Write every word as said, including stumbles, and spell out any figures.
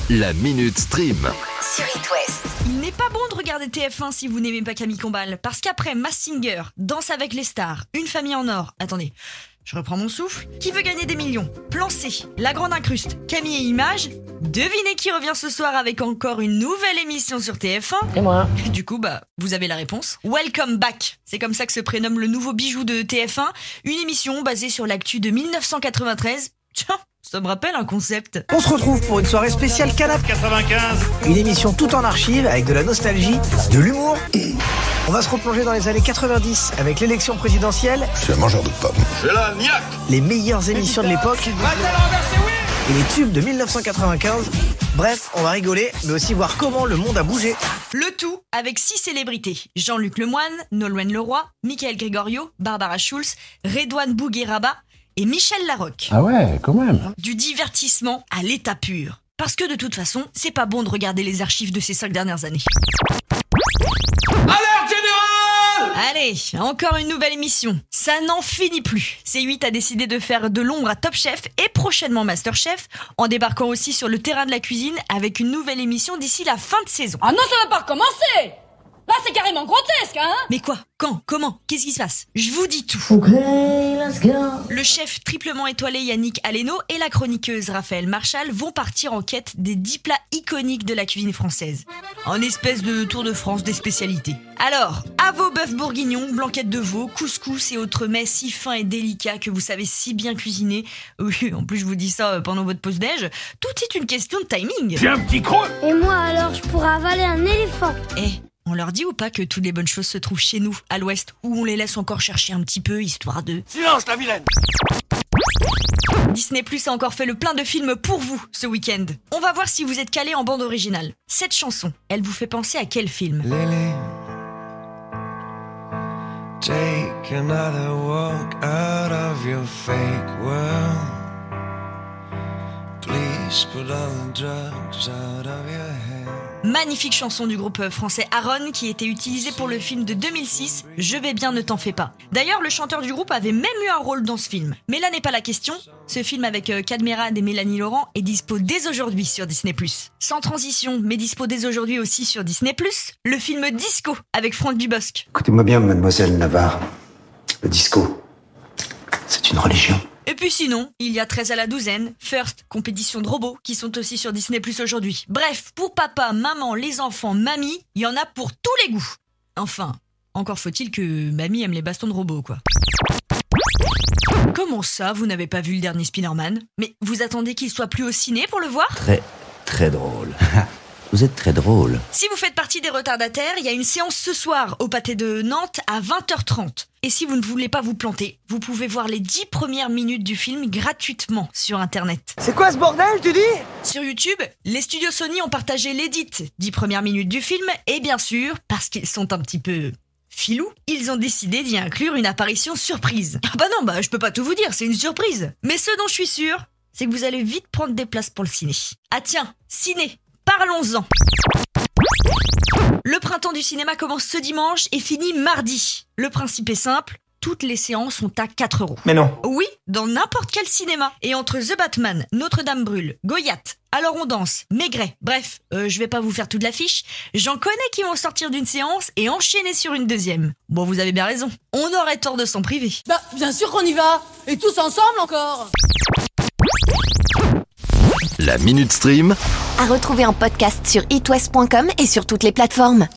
La Minute Stream. Sur It West. Il n'est pas bon de regarder T F un si vous n'aimez pas Camille Combal, parce qu'après Masked Singer, Danse avec les stars, Une famille en or, attendez, je reprends mon souffle, Qui veut gagner des millions, Plan C, La grande incruste, Camille et Images, devinez qui revient ce soir avec encore une nouvelle émission sur T F un. Et moi. Du coup, bah, vous avez la réponse. Welcome Back, c'est comme ça que se prénomme le nouveau bijou de T F un, une émission basée sur l'actu de dix-neuf cent quatre-vingt-treize. Tiens, ça me rappelle un concept. On se retrouve pour une soirée spéciale Canap quatre-vingt-quinze. Une émission tout en archive avec de la nostalgie, de l'humour. On va se replonger dans les années quatre-vingt-dix avec l'élection présidentielle. Je suis un mangeur de pommes. J'ai la niaque. Les meilleures émissions de l'époque et les tubes de dix-neuf cent quatre-vingt-quinze. Bref, on va rigoler, mais aussi voir comment le monde a bougé. Le tout avec six célébrités. Jean-Luc Lemoyne, Nolwenn Leroy, Michael Gregorio, Barbara Schulz, Redouane Bougueraba et Michel Larocque. Ah ouais, quand même. Du divertissement à l'état pur. Parce que de toute façon, c'est pas bon de regarder les archives de ces cinq dernières années. Alerte générale. Allez, encore une nouvelle émission. Ça n'en finit plus. C huit a décidé de faire de l'ombre à Top Chef et prochainement Masterchef, en débarquant aussi sur le terrain de la cuisine avec une nouvelle émission d'ici la fin de saison. Ah non, ça va pas recommencer. Là, c'est carrément grotesque, hein. Mais quoi ? Quand ? Comment ? Qu'est-ce qui se passe ? Je vous dis tout. Ok, let's go. Le chef triplement étoilé Yannick Aleno et la chroniqueuse Raphaël Marchal vont partir en quête des dix plats iconiques de la cuisine française. En espèce de tour de France des spécialités. Alors, à vos bœufs bourguignons, blanquettes de veau, couscous et autres mets si fins et délicats que vous savez si bien cuisiner. Oui, en plus je vous dis ça pendant votre pause-déj. Tout est une question de timing. J'ai un petit creux. Et moi alors, je pourrais avaler un éléphant. Eh, on leur dit ou pas que toutes les bonnes choses se trouvent chez nous, à l'ouest, où on les laisse encore chercher un petit peu, histoire de... Silence la vilaine. Disney Plus a encore fait le plein de films pour vous ce week-end. On va voir si vous êtes calé en bande originale. Cette chanson, elle vous fait penser à quel film ? Lily, take another walk out of your fake world. Please put all the drugs out of your head. Magnifique chanson du groupe français Aaron qui était utilisée pour le film de deux mille six, Je vais bien, ne t'en fais pas. D'ailleurs, le chanteur du groupe avait même eu un rôle dans ce film. Mais là n'est pas la question. Ce film avec Cadmerade et Mélanie Laurent est dispo dès aujourd'hui sur Disney plus. Sans transition, mais dispo dès aujourd'hui aussi sur Disney plus, le film Disco avec Franck Dubosc. Écoutez-moi bien, mademoiselle Navarre. Le disco, c'est une religion. Et puis sinon, il y a treize à la douzaine, First, compétition de robots, qui sont aussi sur Disney plus aujourd'hui. Bref, pour papa, maman, les enfants, mamie, il y en a pour tous les goûts. Enfin, encore faut-il que mamie aime les bastons de robots, quoi. Comment ça, vous n'avez pas vu le dernier Spider-Man ? Mais vous attendez qu'il soit plus au ciné pour le voir ? Très, très drôle. Vous êtes très drôle. Si vous faites partie des retardataires, il y a une séance ce soir au Pâté de Nantes à vingt heures trente. Et si vous ne voulez pas vous planter, vous pouvez voir les dix premières minutes du film gratuitement sur Internet. C'est quoi ce bordel, tu dis ? Sur YouTube, les studios Sony ont partagé l'édit dix premières minutes du film et bien sûr, parce qu'ils sont un petit peu... filous, ils ont décidé d'y inclure une apparition surprise. Ah bah non, bah je peux pas tout vous dire, c'est une surprise. Mais ce dont je suis sûre, c'est que vous allez vite prendre des places pour le ciné. Ah tiens, ciné, parlons-en. Le printemps du cinéma commence ce dimanche et finit mardi. Le principe est simple, toutes les séances sont à quatre euros. Mais non. Oui, dans n'importe quel cinéma. Et entre The Batman, Notre-Dame brûle, Goliath, Alors on danse, Maigret, bref, euh, je vais pas vous faire toute l'affiche, j'en connais qui vont sortir d'une séance et enchaîner sur une deuxième. Bon, vous avez bien raison, on aurait tort de s'en priver. Bah, bien sûr qu'on y va. Et tous ensemble encore. La Minute Stream. À retrouver en podcast sur it west point com et sur toutes les plateformes.